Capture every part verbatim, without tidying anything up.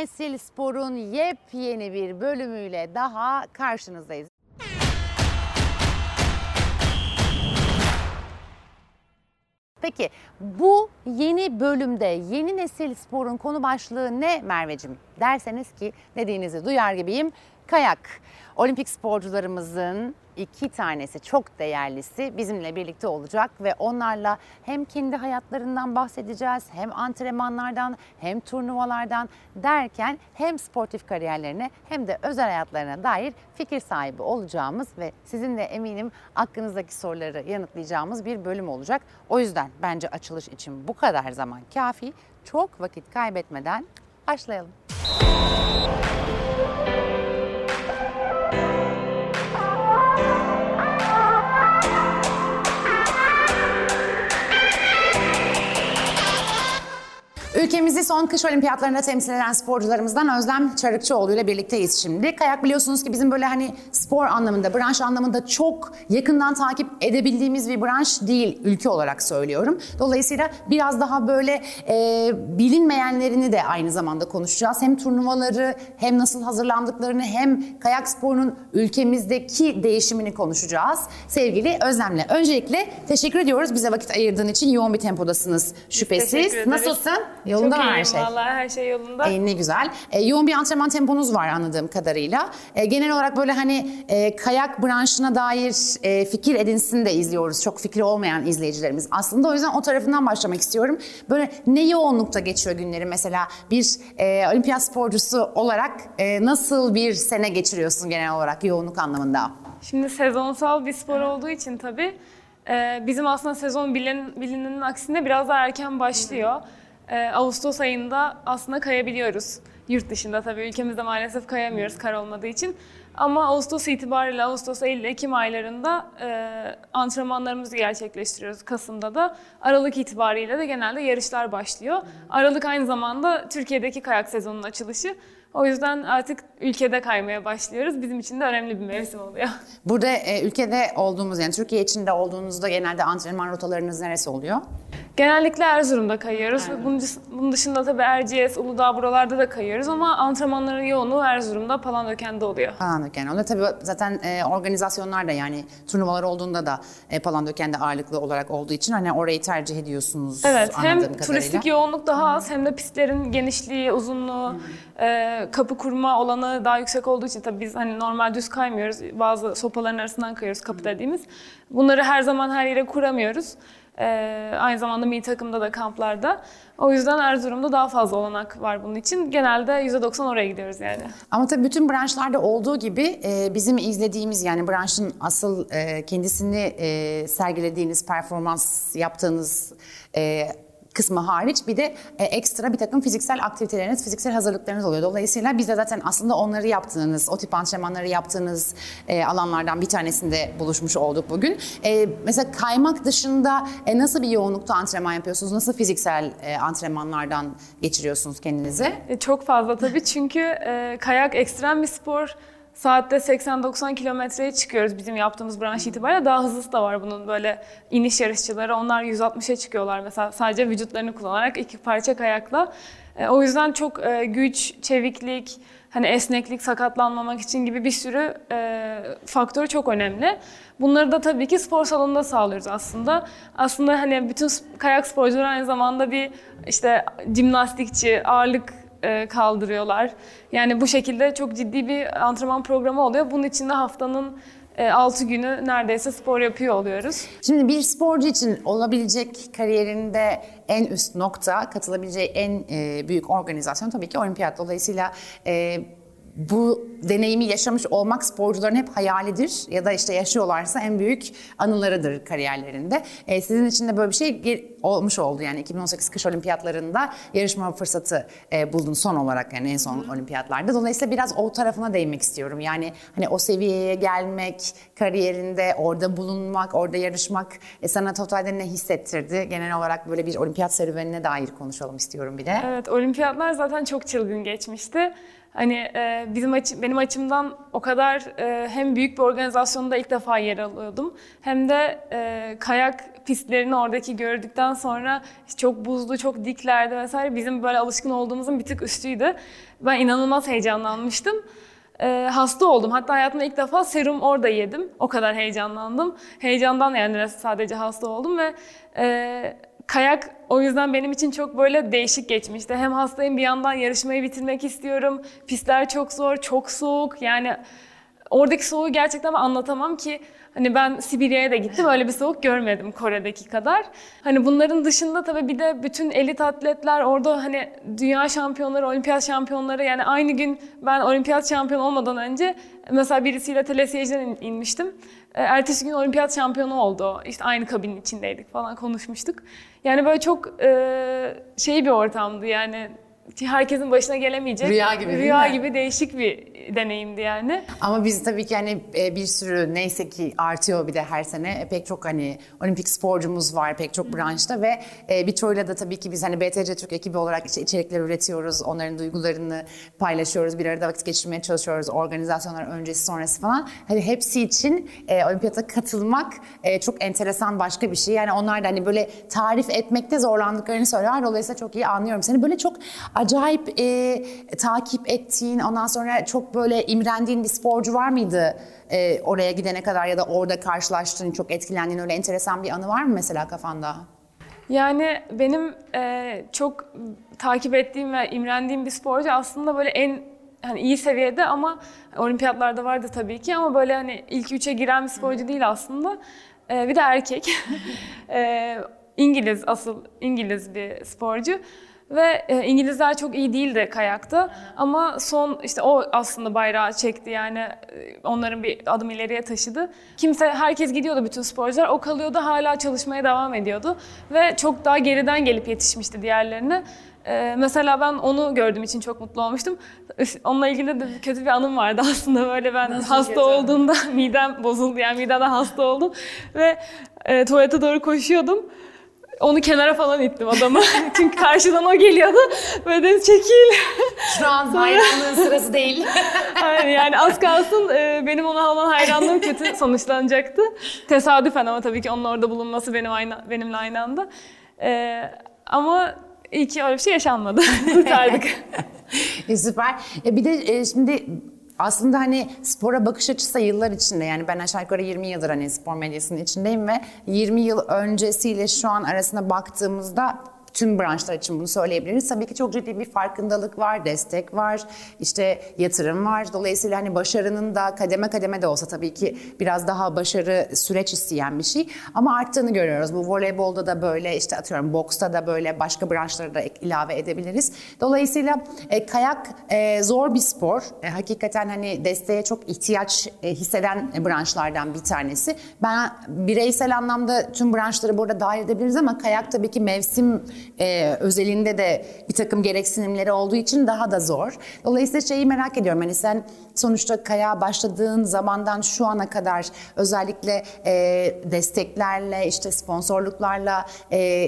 Nesil Spor'un yepyeni bir bölümüyle daha karşınızdayız. Peki bu yeni bölümde Yeni Nesil Spor'un konu başlığı ne Merveciğim derseniz ki dediğinizi duyar gibiyim. Kayak. Olimpik sporcularımızın iki tanesi çok değerlisi bizimle birlikte olacak ve onlarla hem kendi hayatlarından bahsedeceğiz, hem antrenmanlardan, hem turnuvalardan derken hem sportif kariyerlerine hem de özel hayatlarına dair fikir sahibi olacağımız ve sizin de eminim aklınızdaki soruları yanıtlayacağımız bir bölüm olacak. O yüzden bence açılış için bu kadar zaman kafi. Çok vakit kaybetmeden başlayalım. Ülkemizi son kış olimpiyatlarında temsil eden sporcularımızdan Özlem Çarıkçıoğlu ile birlikteyiz şimdi. Kayak biliyorsunuz ki bizim böyle hani spor anlamında, branş anlamında çok yakından takip edebildiğimiz bir branş değil, ülke olarak söylüyorum. Dolayısıyla biraz daha böyle e, bilinmeyenlerini de aynı zamanda konuşacağız. Hem turnuvaları, hem nasıl hazırlandıklarını, hem kayak sporunun ülkemizdeki değişimini konuşacağız. Sevgili Özlem'le öncelikle teşekkür ediyoruz bize vakit ayırdığın için. Yoğun bir tempodasınız şüphesiz. Nasılsın? Yolunda Çok mı iyiyim her şey? Vallahi her şey yolunda. E, ne güzel. E, yoğun bir antrenman temponuz var anladığım kadarıyla. E, genel olarak böyle hani e, kayak branşına dair e, fikir edinsin de izliyoruz. Çok fikri olmayan izleyicilerimiz aslında. O yüzden o tarafından başlamak istiyorum. Böyle ne yoğunlukta geçiyor günleri mesela? Bir e, olimpiyat sporcusu olarak e, nasıl bir sene geçiriyorsun genel olarak yoğunluk anlamında? Şimdi sezonsal bir spor olduğu için tabii e, bizim aslında sezon bilin, bilinenin aksine biraz daha erken başlıyor. E, Ağustos ayında aslında kayabiliyoruz. Yurt dışında tabii ülkemizde maalesef kayamıyoruz kar olmadığı için. Ama Ağustos itibariyle Ağustos, Eylül, Ekim aylarında e, antrenmanlarımızı gerçekleştiriyoruz. Kasım'da da Aralık itibariyle de genelde yarışlar başlıyor. Aralık aynı zamanda Türkiye'deki kayak sezonunun açılışı. O yüzden artık ülkede kaymaya başlıyoruz. Bizim için de önemli bir mevsim oluyor. Burada e, ülkede olduğumuz yani Türkiye içinde olduğunuzda genelde antrenman rotalarınız neresi oluyor? Genellikle Erzurum'da kayıyoruz. Evet. Bunun, bunun dışında tabii Erciyes, Uludağ buralarda da kayıyoruz ama antrenmanların yoğunluğu Erzurum'da, Palandöken'de oluyor. Palandöken. Onda tabii zaten e, organizasyonlar da yani turnuvalar olduğunda da e, Palandöken'de ağırlıklı olarak olduğu için hani orayı tercih ediyorsunuz. Evet, hem kadarıyla. Turistik yoğunluk daha az hem de pistlerin genişliği, uzunluğu, e, kapı kurma olanı daha yüksek olduğu için tabii biz hani normal düz kaymıyoruz. Bazı sopaların arasından kayıyoruz kapı dediğimiz. Bunları her zaman her yere kuramıyoruz. Ee, aynı zamanda milli takımda da kamplarda. O yüzden Erzurum'da daha fazla olanak var bunun için. Genelde yüzde doksan oraya gidiyoruz yani. Ama tabii bütün branşlarda olduğu gibi e, bizim izlediğimiz yani branşın asıl e, kendisini e, sergilediğiniz, performans yaptığınız e, kısmı hariç bir de e, ekstra bir takım fiziksel aktiviteleriniz, fiziksel hazırlıklarınız oluyor. Dolayısıyla biz de zaten aslında onları yaptığınız, o tip antrenmanları yaptığınız e, alanlardan bir tanesinde buluşmuş olduk bugün. E, mesela kaymak dışında e, nasıl bir yoğunlukta antrenman yapıyorsunuz? Nasıl fiziksel e, antrenmanlardan geçiriyorsunuz kendinizi? E, çok fazla tabii çünkü e, kayak ekstrem bir spor. Saatte seksen doksan kilometreye çıkıyoruz bizim yaptığımız branş itibariyle. Daha hızlısı da var bunun böyle iniş yarışçıları. Onlar yüz altmışa çıkıyorlar mesela sadece vücutlarını kullanarak iki parça kayakla. E, o yüzden çok e, güç, çeviklik, hani esneklik, sakatlanmamak için gibi bir sürü e, faktör çok önemli. Bunları da tabii ki spor salonunda sağlıyoruz aslında. Aslında hani bütün kayak sporcuları aynı zamanda bir işte jimnastikçi, ağırlık kaldırıyorlar. Yani bu şekilde çok ciddi bir antrenman programı oluyor. Bunun için de haftanın altı günü neredeyse spor yapıyor oluyoruz. Şimdi bir sporcu için olabilecek kariyerinde en üst nokta, katılabileceği en büyük organizasyon tabii ki olimpiyat. Dolayısıyla e, bu deneyimi yaşamış olmak sporcuların hep hayalidir ya da işte yaşıyorlarsa en büyük anılarıdır kariyerlerinde. Ee, sizin için de böyle bir şey olmuş oldu yani iki bin on sekiz kış olimpiyatlarında yarışma fırsatı e, buldun son olarak yani en son olimpiyatlarda. Dolayısıyla biraz o tarafına değinmek istiyorum. Yani hani o seviyeye gelmek, kariyerinde orada bulunmak, orada yarışmak e, sana totalde ne hissettirdi? Genel olarak böyle bir olimpiyat serüvenine dair konuşalım istiyorum bir de. Evet, olimpiyatlar zaten çok çılgın geçmişti. Hani e, bizim açı, benim açımdan o kadar e, hem büyük bir organizasyonda ilk defa yer alıyordum hem de e, kayak pistlerini oradaki gördükten sonra çok buzlu, çok diklerdi vesaire. Bizim böyle alışkın olduğumuzun bir tık üstüydü. Ben inanılmaz heyecanlanmıştım. E, hasta oldum. Hatta hayatımda ilk defa serum orada yedim. O kadar heyecanlandım. Heyecandan yani sadece hasta oldum ve e, kayak o yüzden benim için çok böyle değişik geçmişti. Hem hastayım, bir yandan yarışmayı bitirmek istiyorum. Pistler çok zor, çok soğuk. Yani oradaki soğuğu gerçekten anlatamam ki. Hani ben Sibirya'ya da gittim, öyle bir soğuk görmedim Kore'deki kadar. Hani bunların dışında tabii bir de bütün elit atletler orada, hani dünya şampiyonları, olimpiyat şampiyonları, yani aynı gün ben olimpiyat şampiyonu olmadan önce mesela birisiyle telesiyeciden inmiştim. Ertesi gün olimpiyat şampiyonu oldu. İşte aynı kabinin içindeydik falan, konuşmuştuk. Yani böyle çok e, şey bir ortamdı yani. Herkesin başına gelemeyecek. Rüya gibi, Rüya gibi değişik bir deneyimdi yani. Ama biz tabii ki hani bir sürü, neyse ki artıyor bir de her sene pek çok hani olimpik sporcumuz var pek çok branşta ve birçoğuyla da tabii ki biz hani B T C Türk ekibi olarak işte içerikler üretiyoruz. Onların duygularını paylaşıyoruz. Bir arada vakit geçirmeye çalışıyoruz. Organizasyonlar öncesi sonrası falan. Hani hepsi için e, olimpiyata katılmak e, çok enteresan başka bir şey. Yani onlar da hani böyle tarif etmekte zorlandıklarını söylüyorlar. Dolayısıyla çok iyi anlıyorum seni. Böyle çok acayip e, takip ettiğin, ondan sonra çok böyle imrendiğin bir sporcu var mıydı e, oraya gidene kadar ya da orada karşılaştığın, çok etkilendiğin öyle enteresan bir anı var mı mesela kafanda? Yani benim e, çok takip ettiğim ve imrendiğim bir sporcu aslında böyle en hani iyi seviyede, ama olimpiyatlarda vardı tabii ki, ama böyle hani ilk üçe giren bir sporcu değil aslında. E, bir de erkek. e, İngiliz, asıl İngiliz bir sporcu. Ve e, İngilizler çok iyi değildi kayakta, ama son işte o aslında bayrağı çekti, yani e, onların bir adım ileriye taşıdı. Kimse, herkes gidiyordu, bütün sporcular, o kalıyordu, hala çalışmaya devam ediyordu ve çok daha geriden gelip yetişmişti diğerlerine. E, mesela ben onu gördüğüm için çok mutlu olmuştum. Onunla ilgili de kötü bir anım vardı aslında, böyle ben Nasıl hasta kötü? olduğumda midem bozuldu, yani midemden hasta oldum ve e, tuvalete doğru koşuyordum. Onu kenara falan ittim adamı. Çünkü karşıdan o geliyordu. Böyle dedim çekil. Şu an hayranlığın sırası değil. Yani, yani az kalsın benim ona olan hayranlığım kötü sonuçlanacaktı. Tesadüfen, ama tabii ki onun orada bulunması benim aynı, benimle aynı anda. Ee, ama iyi ki öyle bir şey yaşanmadı. Kurtardık. e, süper. E, bir de e, şimdi... Aslında hani spora bakış açısı yıllar içinde, yani ben aşağı yukarı yirmi yıldır hani spor medyasının içindeyim ve yirmi yıl öncesiyle şu an arasında baktığımızda tüm branşlar için bunu söyleyebiliriz. Tabii ki çok ciddi bir farkındalık var, destek var, işte yatırım var. Dolayısıyla hani başarının da kademe kademe de olsa tabii ki biraz daha başarı süreç isteyen bir şey. Ama arttığını görüyoruz. Bu voleybolda da böyle, işte atıyorum boksta da böyle, başka branşlara da ilave edebiliriz. Dolayısıyla e, kayak e, zor bir spor. E, hakikaten hani desteğe çok ihtiyaç e, hisseden e, branşlardan bir tanesi. Ben bireysel anlamda tüm branşları burada dahil edebiliriz ama kayak tabii ki mevsim Ee, özelinde de bir takım gereksinimleri olduğu için daha da zor. Dolayısıyla şeyi merak ediyorum. Hani sen sonuçta kayağa başladığın zamandan şu ana kadar özellikle e, desteklerle, işte sponsorluklarla e,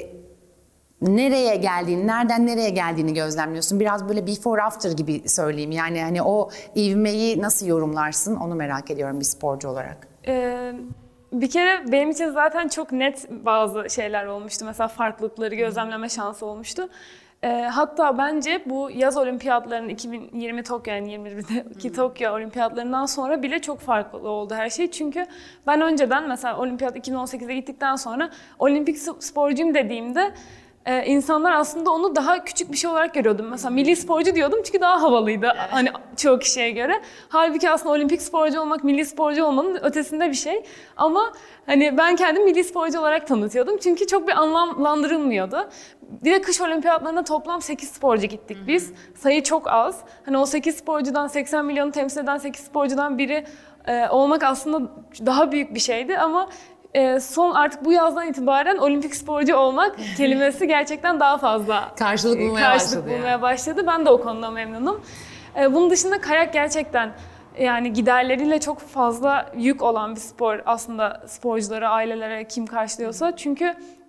nereye geldiğini, nereden nereye geldiğini gözlemliyorsun. Biraz böyle before after gibi söyleyeyim. Yani hani o ivmeyi nasıl yorumlarsın, onu merak ediyorum bir sporcu olarak. Ee... Bir kere benim için zaten çok net bazı şeyler olmuştu. Mesela farklılıkları gözlemleme şansı olmuştu. E, hatta bence bu yaz olimpiyatlarının iki bin yirmi Tokyo, yani yirmi birdeki Tokyo olimpiyatlarından sonra bile çok farklı oldu her şey. Çünkü ben önceden mesela olimpiyat iki bin on sekize gittikten sonra olimpik sporcuyum dediğimde Ee, insanlar aslında onu daha küçük bir şey olarak görüyordum. Mesela milli sporcu diyordum çünkü daha havalıydı, evet, hani çoğu kişiye göre. Halbuki aslında olimpik sporcu olmak, milli sporcu olmanın ötesinde bir şey. Ama hani ben kendimi milli sporcu olarak tanıtıyordum çünkü çok bir anlamlandırılmıyordu. Bir de kış olimpiyatlarına toplam sekiz sporcu gittik biz. Sayı çok az. Hani o sekiz sporcudan, seksen milyonu temsil eden sekiz sporcudan biri e, olmak aslında daha büyük bir şeydi, ama son artık bu yazdan itibaren olimpik sporcu olmak kelimesi gerçekten daha fazla karşılık bulmaya karşılık başladı. bulmaya Yani. başladı. Ben de o konuda memnunum. Bunun dışında kayak gerçekten yani giderleriyle çok fazla yük olan bir spor aslında, sporculara, ailelere kim karşılıyorsa. Çünkü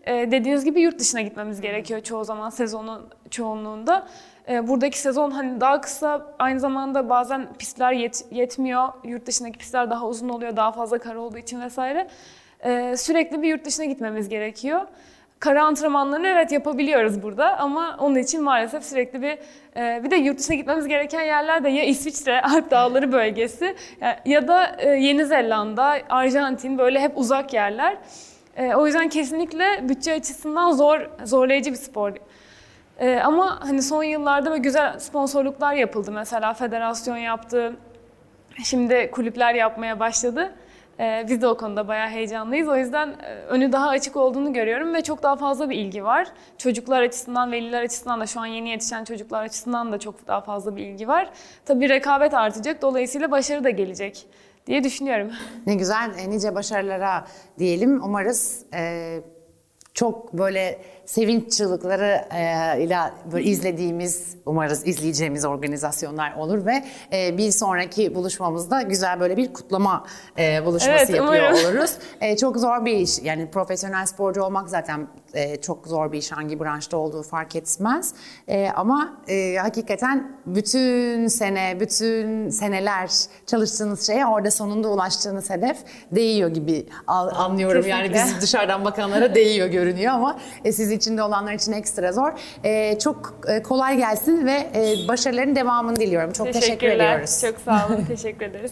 e, dediğiniz gibi yurt dışına gitmemiz gerekiyor çoğu zaman sezonun çoğunluğunda. E, buradaki sezon hani daha kısa, aynı zamanda bazen pistler yet, yetmiyor. Yurt dışındaki pistler daha uzun oluyor, daha fazla kar olduğu için vesaire. E, sürekli bir yurt dışına gitmemiz gerekiyor. Kara antrenmanlarını evet yapabiliyoruz burada ama onun için maalesef sürekli bir e, bir de yurt dışına gitmemiz gereken yerler de ya İsviçre, Alp Dağları bölgesi ya, ya da e, Yeni Zelanda, Arjantin, böyle hep uzak yerler. E, o yüzden kesinlikle bütçe açısından zor, zorlayıcı bir spor. E, ama hani son yıllarda böyle güzel sponsorluklar yapıldı. Mesela federasyon yaptı, şimdi kulüpler yapmaya başladı. Ee, biz de o konuda bayağı heyecanlıyız. O yüzden e, önü daha açık olduğunu görüyorum ve çok daha fazla bir ilgi var. Çocuklar açısından, veliler açısından da, şu an yeni yetişen çocuklar açısından da çok daha fazla bir ilgi var. Tabii rekabet artacak, dolayısıyla başarı da gelecek diye düşünüyorum. Ne güzel, e, nice başarılara diyelim. Umarız e, çok böyle sevinç çığlıkları e, ile böyle izlediğimiz, umarız izleyeceğimiz organizasyonlar olur ve e, bir sonraki buluşmamızda güzel böyle bir kutlama e, buluşması Evet, yapıyor umarım. oluruz. E, çok zor bir iş, yani profesyonel sporcu olmak zaten e, çok zor bir iş, hangi branşta olduğu fark etmez. E, ama e, hakikaten bütün sene, bütün seneler çalıştığınız şeye orada sonunda ulaştığınız hedef değiyor gibi al, anlıyorum. Kesinlikle. Yani biz dışarıdan bakanlara değiyor görünüyor ama e, siz içinde olanlar için ekstra zor. E, çok e, kolay gelsin ve e, başarıların devamını diliyorum. Çok teşekkür Teşekkürler. ediyoruz. Çok sağ olun. Teşekkür ederiz.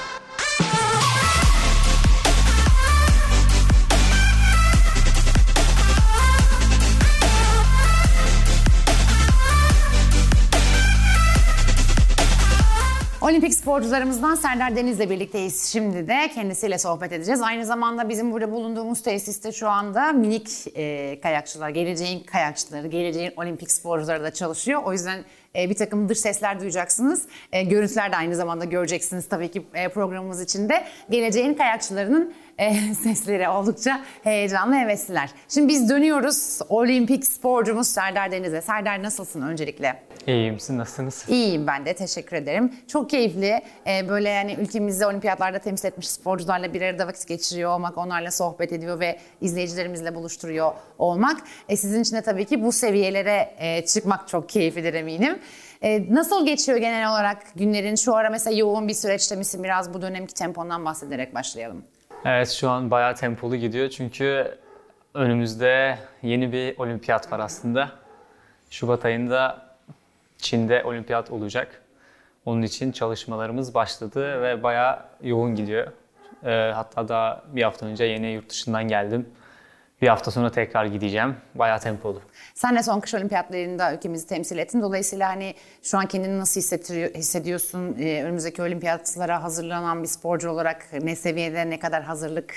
Olimpik sporcularımızdan Serdar Deniz'le birlikteyiz şimdi de. Kendisiyle sohbet edeceğiz. Aynı zamanda bizim burada bulunduğumuz tesiste şu anda minik e, kayakçılar, geleceğin kayakçıları, geleceğin olimpik sporcuları da çalışıyor. O yüzden e, bir takım dış sesler duyacaksınız. E, görüntüler de aynı zamanda göreceksiniz tabii ki e, programımız içinde. Geleceğin kayakçılarının e, sesleri oldukça heyecanlı, hevesliler. Şimdi biz dönüyoruz olimpik sporcumuz Serdar Deniz'e. Serdar, nasılsın öncelikle? İyiyim, siz nasılsınız? İyiyim ben de, teşekkür ederim. Çok keyifli. Ee, böyle yani ülkemizi olimpiyatlarda temsil etmiş sporcularla bir arada vakit geçiriyor olmak, onlarla sohbet ediyor ve izleyicilerimizle buluşturuyor olmak. E, sizin için de tabii ki bu seviyelere e, çıkmak çok keyiflidir eminim. E, nasıl geçiyor genel olarak günlerin? Şu ara mesela yoğun bir süreçte misin? Biraz bu dönemki tempondan bahsederek başlayalım. Evet, şu an bayağı tempolu gidiyor çünkü önümüzde yeni bir olimpiyat var aslında. Şubat ayında Çin'de olimpiyat olacak. Onun için çalışmalarımız başladı ve bayağı yoğun gidiyor. Ee, hatta daha bir hafta önce yeni yurt dışından geldim. Bir hafta sonra tekrar gideceğim. Bayağı tempolu. Sen de son kış olimpiyatlarında ülkemizi temsil ettin. Dolayısıyla hani şu an kendini nasıl hissediyorsun? Ee, önümüzdeki olimpiyatlara hazırlanan bir sporcu olarak ne seviyede, ne kadar hazırlık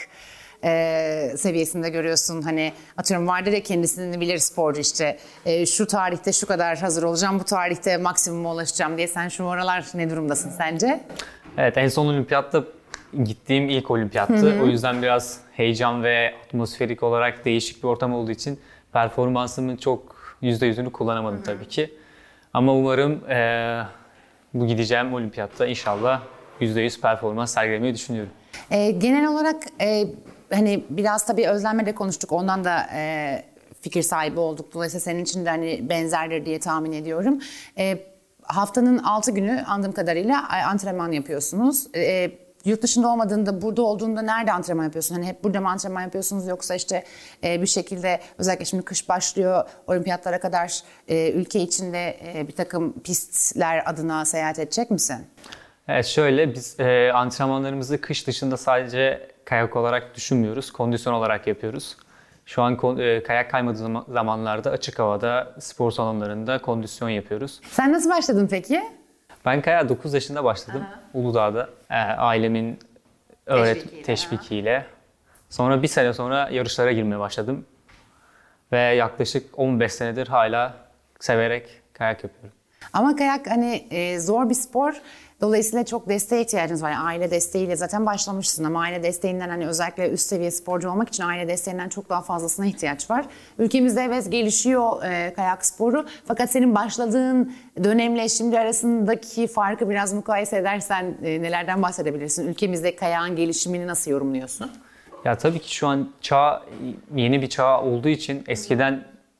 e, seviyesinde görüyorsun? Hani atıyorum vardır ya, kendisini bilir sporcu, işte e, şu tarihte şu kadar hazır olacağım, bu tarihte maksimuma ulaşacağım diye. Sen şu aralar ne durumdasın sence? Evet, en son olimpiyatta gittiğim ilk olimpiyattı. Hı hı. O yüzden biraz heyecan ve atmosferik olarak değişik bir ortam olduğu için performansımın çok yüzde yüzünü kullanamadım, hı hı, tabii ki. Ama umarım e, bu gideceğim olimpiyatta inşallah yüzde yüz performans sergilemeyi düşünüyorum. E, genel olarak e, hani biraz tabii Özlem'le de konuştuk. Ondan da e, fikir sahibi olduk. Dolayısıyla senin için de hani benzerdir diye tahmin ediyorum. E, haftanın altı günü anladığım kadarıyla antrenman yapıyorsunuz. E, Yurt dışında olmadığında, burada olduğunda nerede antrenman yapıyorsun? Hani hep burada mı antrenman yapıyorsunuz, yoksa işte e, bir şekilde özellikle şimdi kış başlıyor, olimpiyatlara kadar e, ülke içinde e, bir takım pistler adına seyahat edecek misin? Evet, şöyle biz e, antrenmanlarımızı kış dışında sadece kayak olarak düşünmüyoruz, kondisyon olarak yapıyoruz. Şu an kon, e, kayak kaymadığı zamanlarda açık havada, spor salonlarında kondisyon yapıyoruz. Sen nasıl başladın peki? Ben kayağa dokuz yaşında başladım. Aha. Uludağ'da. E, ailemin öğret teşvikiyle. teşvikiyle. Sonra bir sene sonra yarışlara girmeye başladım. Ve yaklaşık on beş senedir hala severek kayak yapıyorum. Ama kayak hani e, zor bir spor. Dolayısıyla çok desteğe ihtiyacınız var. Yani aile desteğiyle zaten başlamışsın ama aile desteğinden, hani özellikle üst seviye sporcu olmak için aile desteğinden çok daha fazlasına ihtiyaç var. Ülkemizde evet gelişiyor e, kayak sporu. Fakat senin başladığın dönemle şimdi arasındaki farkı biraz mukayese edersen e, nelerden bahsedebilirsin? Ülkemizde kayağın gelişimini nasıl yorumluyorsun? Ya tabii ki şu an çağ yeni bir çağ olduğu için eskiden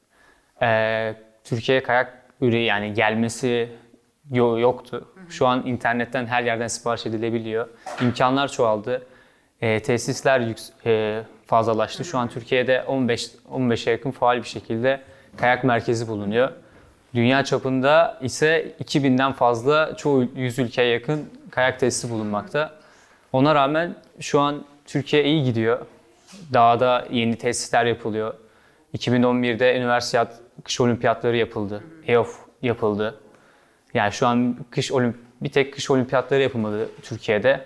e, Türkiye'ye kayak ürü yani gelmesi yo- yoktu. Şu an internetten her yerden sipariş edilebiliyor. İmkanlar çoğaldı. E, tesisler yüks- e, fazlalaştı. Şu an Türkiye'de on beş on beşe yakın faal bir şekilde kayak merkezi bulunuyor. Dünya çapında ise iki binden fazla çoğu yüz ülkeye yakın kayak tesisi bulunmakta. Ona rağmen şu an Türkiye iyi gidiyor. Dağda yeni tesisler yapılıyor. iki bin on birde Üniversiyat Kış Olimpiyatları yapıldı. E O F yapıldı. Yani şu an kış olimp bir tek kış olimpiyatları yapılmadı Türkiye'de.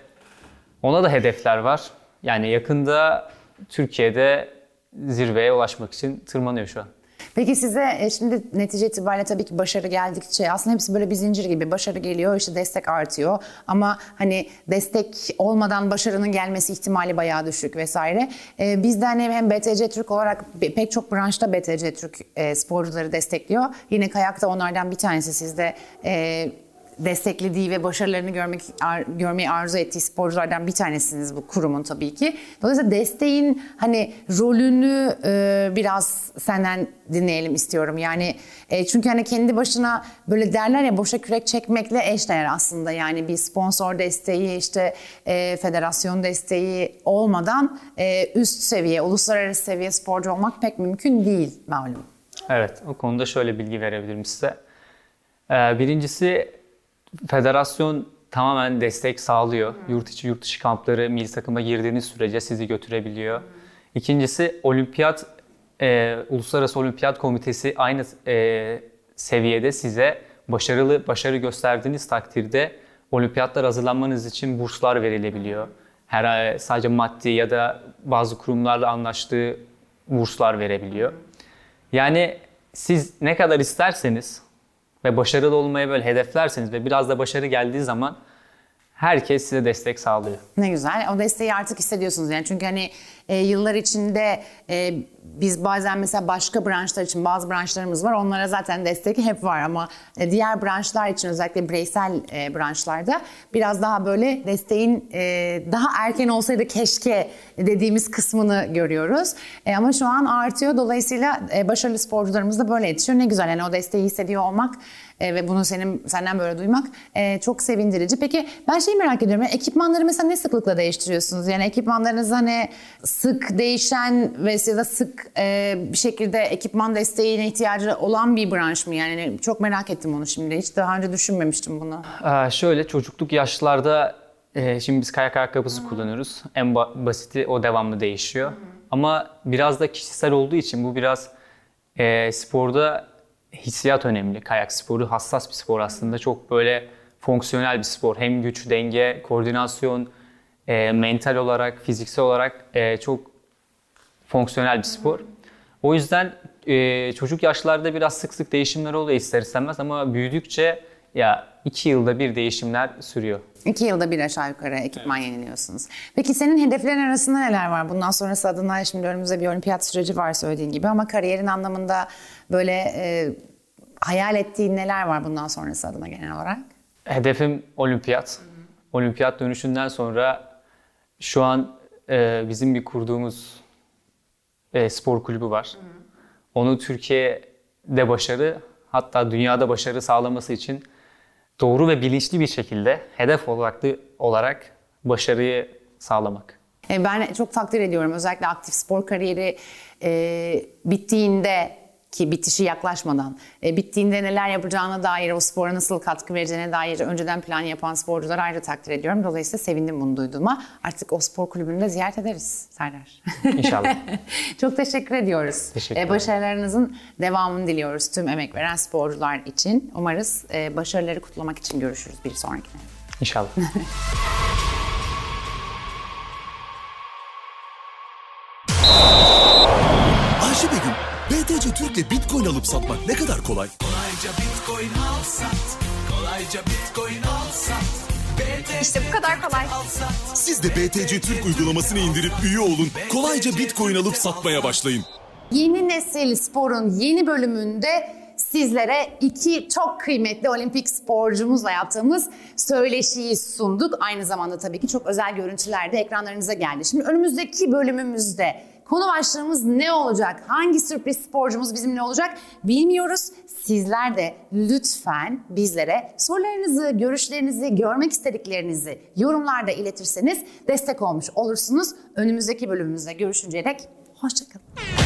Ona da hedefler var. Yani yakında Türkiye'de zirveye ulaşmak için tırmanıyor şu an. Peki size e, şimdi netice itibariyle tabii ki başarı geldikçe aslında hepsi böyle bir zincir gibi başarı geliyor, işte destek artıyor ama hani destek olmadan başarının gelmesi ihtimali bayağı düşük vesaire. E, biz de hani hem B T C Türk olarak pek çok branşta B T C Türk e, sporcuları destekliyor. Yine kayak da onlardan bir tanesi. Sizde e, desteklediği ve başarılarını görmek ar, görmeyi arzu ettiği sporculardan bir tanesiniz bu kurumun tabii ki. Dolayısıyla desteğin hani rolünü e, biraz senden dinleyelim istiyorum. Yani e, çünkü hani kendi başına böyle derler ya boşa kürek çekmekle eşdeğer aslında. Yani bir sponsor desteği, işte e, federasyon desteği olmadan e, üst seviye, uluslararası seviye sporcu olmak pek mümkün değil malum. Evet, o konuda şöyle bilgi verebilirim size. Ee, birincisi federasyon tamamen destek sağlıyor. Hmm. Yurt içi yurt dışı kampları milli takıma girdiğiniz sürece sizi götürebiliyor. Hmm. İkincisi olimpiyat, e, Uluslararası Olimpiyat Komitesi aynı e, seviyede size başarılı başarı gösterdiğiniz takdirde olimpiyatlar hazırlanmanız için burslar verilebiliyor. Her sadece maddi ya da bazı kurumlarla anlaştığı burslar verebiliyor. Yani siz ne kadar isterseniz ve başarılı olmaya böyle hedeflerseniz ve biraz da başarı geldiği zaman herkes size destek sağlıyor. Ne güzel. O desteği artık hissediyorsunuz yani. Çünkü hani e, yıllar içinde e, biz bazen mesela başka branşlar için bazı branşlarımız var. Onlara zaten destek hep var ama e, diğer branşlar için özellikle bireysel e, branşlarda biraz daha böyle desteğin e, daha erken olsaydı keşke dediğimiz kısmını görüyoruz. E, ama şu an artıyor. Dolayısıyla e, başarılı sporcularımız da böyle yetişiyor. Ne güzel yani o desteği hissediyor olmak e, ve bunu senin senden böyle duymak e, çok sevindirici. Peki ben şeyi merak ediyorum. Yani ekipmanları mesela ne sıklıkla değiştiriyorsunuz? Yani ekipmanlarınız hani sık değişen ve ya da sık e, bir şekilde ekipman desteğine ihtiyacı olan bir branş mı? Yani çok merak ettim onu şimdi. Hiç daha önce düşünmemiştim bunu. Ee, şöyle çocukluk yaşlarda e, şimdi biz kayak ayakkabısı kullanıyoruz. En ba- basiti o devamlı değişiyor. Hı-hı. Ama biraz da kişisel olduğu için bu biraz e, sporda hissiyat önemli. Kayak sporu hassas bir spor aslında. Çok böyle fonksiyonel bir spor. Hem güç, denge, koordinasyon, e, mental olarak, fiziksel olarak e, çok fonksiyonel bir spor. O yüzden e, çocuk yaşlarda biraz sık sık değişimler oluyor ister istemez ama büyüdükçe ya iki yılda bir değişimler sürüyor. İki yılda bir aşağı yukarı ekipman evet. yeniliyorsunuz. Peki senin hedeflerin arasında neler var? Bundan sonrası adına şimdi önümüzde bir olimpiyat süreci var söylediğin gibi ama kariyerin anlamında böyle e, hayal ettiğin neler var bundan sonrası adına genel olarak? Hedefim olimpiyat. Hı hı. Olimpiyat dönüşünden sonra şu an e, bizim bir kurduğumuz e, spor kulübü var. Hı hı. Onu Türkiye'de başarı hatta dünyada başarı sağlaması için doğru ve bilinçli bir şekilde hedef olarak, olarak başarıyı sağlamak. Ben çok takdir ediyorum. Özellikle aktif spor kariyeri e, bittiğinde ki bitişi yaklaşmadan, e, bittiğinde neler yapacağına dair, o spora nasıl katkı vereceğine dair önceden plan yapan sporcuları ayrı takdir ediyorum. Dolayısıyla sevindim bunu duyduğuma. Artık o spor kulübünü de ziyaret ederiz Serdar. İnşallah. Çok teşekkür ediyoruz. Teşekkür e, başarılarınızın devamını diliyoruz tüm emek veren sporcular için. Umarız e, başarıları kutlamak için görüşürüz bir sonrakine. İnşallah. Ayşe Begüm, B T C Türk'le Bitcoin alıp satmak ne kadar kolay? Kolayca Bitcoin al sat, kolayca Bitcoin al sat. İşte bu kadar kolay. Siz de B T C Türk uygulamasını indirip üye olun, kolayca Bitcoin alıp satmaya başlayın. Yeni Nesil Spor'un yeni bölümünde sizlere iki çok kıymetli olimpik sporcumuzla yaptığımız söyleşiyi sunduk. Aynı zamanda tabii ki çok özel görüntüler de ekranlarınıza geldi. Şimdi önümüzdeki bölümümüzde konu başlığımız ne olacak? Hangi sürpriz sporcumuz bizimle olacak? Bilmiyoruz. Sizler de lütfen bizlere sorularınızı, görüşlerinizi, görmek istediklerinizi yorumlarda iletirseniz destek olmuş olursunuz. Önümüzdeki bölümümüzde görüşünceye dek hoşça kalın.